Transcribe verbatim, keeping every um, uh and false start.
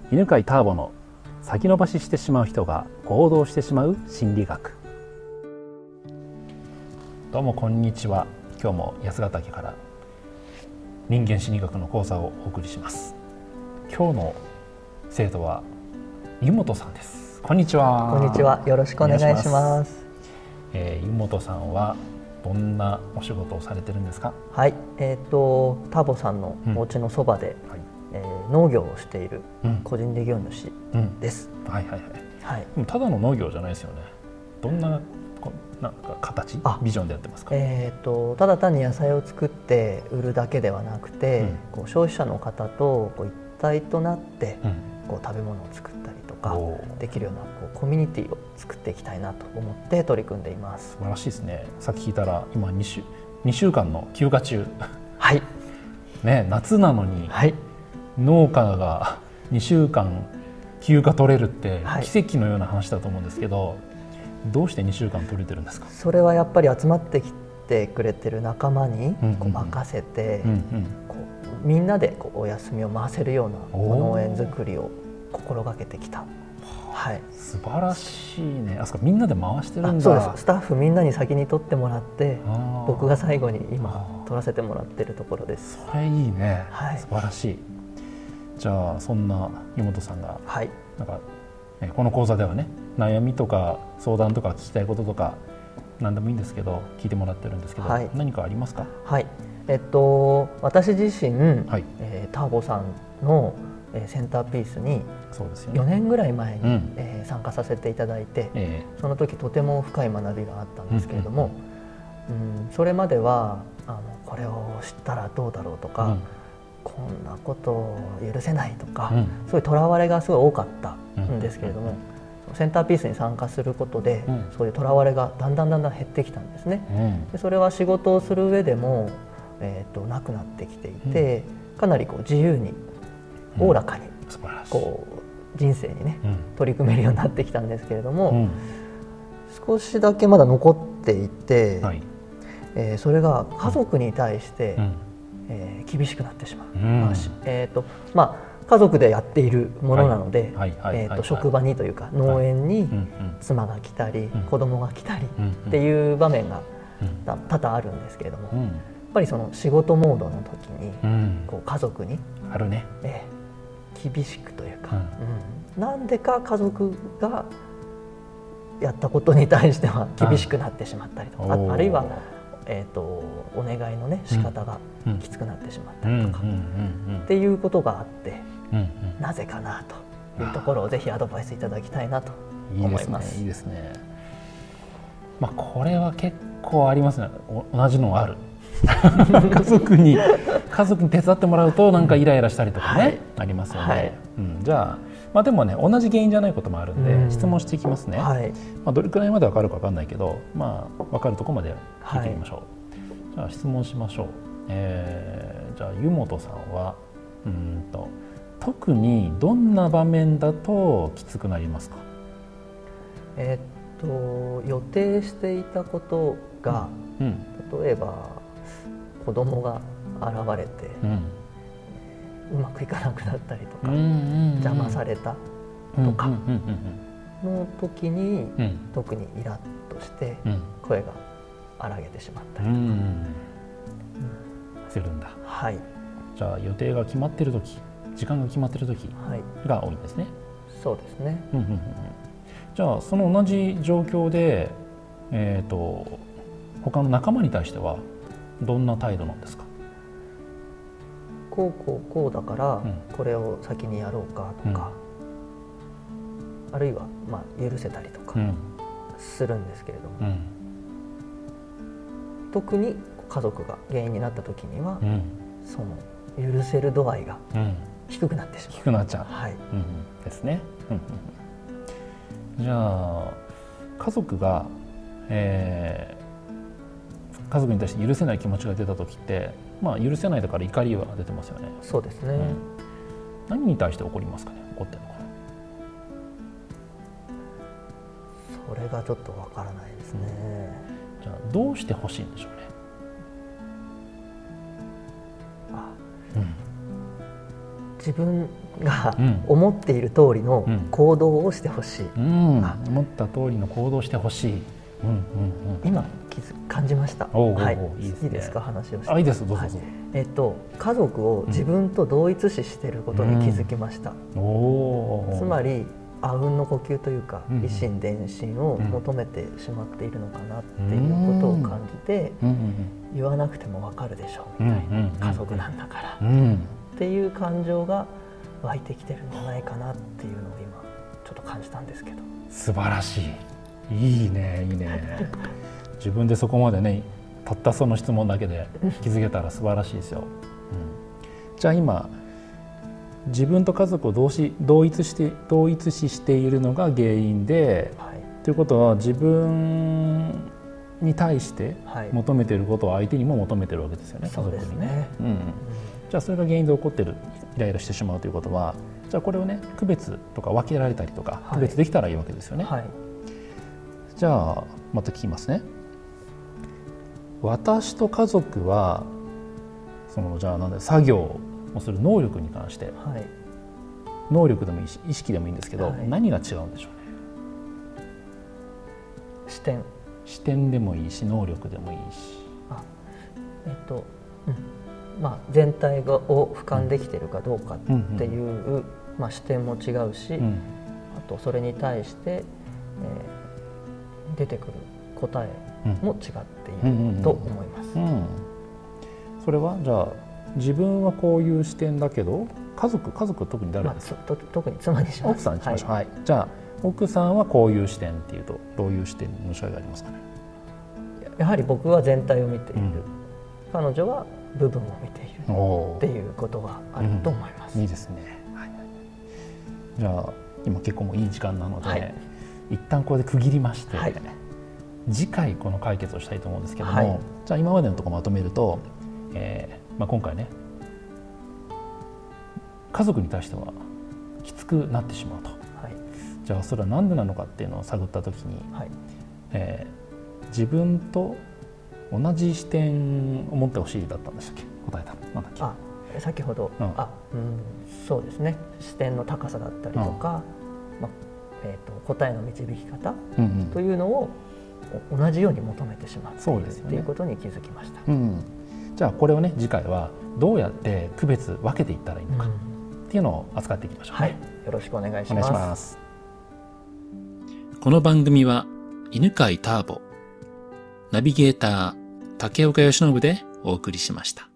犬飼ターボの先延ばししてしまう人が行動してしまう心理学。どうもこんにちは。今日も八ヶ岳から人間心理学の講座をお送りします。今日の生徒は湯本さんです。こんにちは。 こんにちは。よろしくお願いします。ます、 えー、湯本さんはどんなお仕事をされてるんですか？ はい、えーと、ターボさんのお家のそばで、うん、はい、えー、農業をしている個人事業主です。 うんうん、はいはいはい。はい、ただの農業じゃないですよね。どんななんか形、ビジョンでやってますか？ えーと、ただ単に野菜を作って売るだけではなくて、うん、こう消費者の方とこう一体となって、うん、こう食べ物を作ったりとかできるようなこうコミュニティを作っていきたいなと思って取り組んでいます。 素晴らしいですね。さっき聞いたら今 2, 週にしゅうかんの休暇中はいね、夏なのに、 はい、 農家がにしゅうかん休暇取れるって奇跡のような話だと思うんですけど、はい、どうしてにしゅうかん取れてるんですか？ それはやっぱり集まってきてくれてる仲間にこう任せて、みんなでこうお休みを回せるような農園作りを心がけてきた。はい、 素晴らしいね。あそこみんなで回してるんだ。 そうです。スタッフみんなに先に取ってもらって、僕が最後に今取らせてもらってるところです。 それいいね、 はい、 素晴らしい。じゃあそんな湯本さんが、はい、なんかこの講座ではね、悩みとか相談とか聞きたいこととか何でもいいんですけど聞いてもらってるんですけど、はい、何かありますか？ はい、えっと、私自身、はい、えー、ターボさんのセンターピースによねんぐらい前に、うん、えー、参加させていただいて、えー、その時とても深い学びがあったんですけれども、うんうんうん、それまではあのこれを知ったらどうだろうとか、うん、こんなことを許せないとか、うん、そういうとらわれがすごい多かったんですけれども、うん、センターピースに参加することで、うん、そういうとらわれがだんだんだんだん減ってきたんですね。うん、でそれは仕事をする上でも、えーと、なくなってきていて、うん、かなりこう自由におおらかに、うん、こう人生にね、うん、取り組めるようになってきたんですけれども、うん、少しだけまだ残っていて、はい、えー、それが家族に対して、うん、えー、厳しくなってしまう、うん、まあえーとまあ、家族でやっているものなので職場にというか農園に妻が来たり、うん、子供が来たりっていう場面が多々あるんですけれども、うん、やっぱりその仕事モードの時に、うん、こう家族にあるね、 えー、厳しくというか、うんうん、なんでか家族がやったことに対しては厳しくなってしまったりとか、 あ, あるいはえー、とお願いのね仕方がきつくなってしまったりとかっていうことがあって、うんうん、なぜかなというところをぜひアドバイスいただきたいなと思います。 いいですね、いいですね。まあ、これは結構ありますね。同じのある家族に家族に手伝ってもらうとなんかイライラしたりとかね、はい、ありますよね、はい、うん、じゃあ、まあ、でもね同じ原因じゃないこともあるんで、うん、質問していきますね、はい、まあ、どれくらいまで分かるか分かんないけど、まあ、分かるところまで聞いてみましょう、はい、じゃあ質問しましょう、えー、じゃあ湯本さんはうんと特にどんな場面だときつくなりますか？ えー、っと予定していたことが、うんうん、例えば子供が現れて、うん、うまくいかなくなったりとか、うんうんうん、邪魔されたとかの時に、うん、特にイラッとして声が荒げてしまったりとか、うんうん、 するんだ。 はい。 じゃあ予定が決まっている時、時間が決まっている時が多いんですね。 はい、そうですね。 うんうんうん、じゃあその同じ状況で、えーと、他の仲間に対してはどんな態度なんですか？ こうこうこうだからこれを先にやろうかとか、うん、あるいはまあ許せたりとかするんですけれども、うん、特に家族が原因になった時には、うん、その許せる度合いが低くなってしまう、 低くなっちゃう、 はい、 うん、ですね、うんうん、じゃあ家族が、えー家族に対して許せない気持ちが出た時って、まあ、許せないだから怒りは出てますよね。 そうですね、うん、 何に対して怒りますかね？怒ってるのかな？ それがちょっとわからないですね、 うん、じゃあどうしてほしいんでしょうね？ あ、 自分が思っている通りの行動をしてほしい、 うんうん、思った通りの行動をしてほしい、うんうんうん、 今気づ感じました。 おうおうおう、 はい、 いいですね、 いいですか、話をして。 あ、いいです、どうぞどうぞ。 はい、えっと、家族を自分と同一視していることに気づきました、うん、おつまりあうんの呼吸というか、うん、一心伝心を求めてしまっているのかなっていうことを感じて、うんうんうん、言わなくても分かるでしょうみたいな、うんうんうん、家族なんだから、うん、っていう感情が湧いてきてるんじゃないかなっていうのを今ちょっと感じたんですけど。 素晴らしい、いいねいいね自分でそこまでね、たったその質問だけで気づけたら素晴らしいですよ、うん、じゃあ今自分と家族を同し同一して同一視しているのが原因で、はい、ということは自分に対して求めていることを相手にも求めているわけですよね、はい、家族にね、うんうん、じゃあそれが原因で起こっている、イライラしてしまうということは、じゃあこれをね区別とか分けられたりとか、はい、区別できたらいいわけですよね、はい、じゃあまた聞きますね。私と家族はそのじゃあなんだ作業をする能力に関して、はい、能力でもいいし意識でもいいんですけど、はい、何が違うんでしょうね。 視点視点でもいいし能力でもいいし、 あ、えっと、うん、まあ全体がを俯瞰できているかどうかっていう、うんうん、まあ、視点も違うし、うん、あとそれに対して、えー、出てくる答えも違っていると思います。うんうんうんうん、 それはじゃあ自分はこういう視点だけど家族家族特に誰ですか。 まあ、特に妻にします。 奥さんにしましょう、はいはい、じゃあ奥さんはこういう視点っていうとどういう視点の違いがありますかね。 やはり僕は全体を見ている、うん、彼女は部分を見ているっていうことがあると思います、 うん、いいですね、はい、じゃあ今結構もういい時間なので、はい、一旦これで区切りまして、はい、次回この解決をしたいと思うんですけども、はい、じゃあ今までのところまとめると、えーまあ、今回ね家族に対してはきつくなってしまうと、はい、じゃあそれは何でなのかっていうのを探った時に、はい、えー、自分と同じ視点を持ってほしいだったんでしたっけ。答えたなんだっけ。 あ、先ほど、うん、あ、うん、そうですね、視点の高さだったりとか、うん、まあえー、と答えの導き方というのを同じように求めてしまっているということに気づきました、うん、 じゃあこれをね次回はどうやって区別分けていったらいいのかっていうのを扱っていきましょうね、はい、 よろしくお願いします。 お願いします。この番組は犬飼ターボナビゲーター竹岡由伸でお送りしました。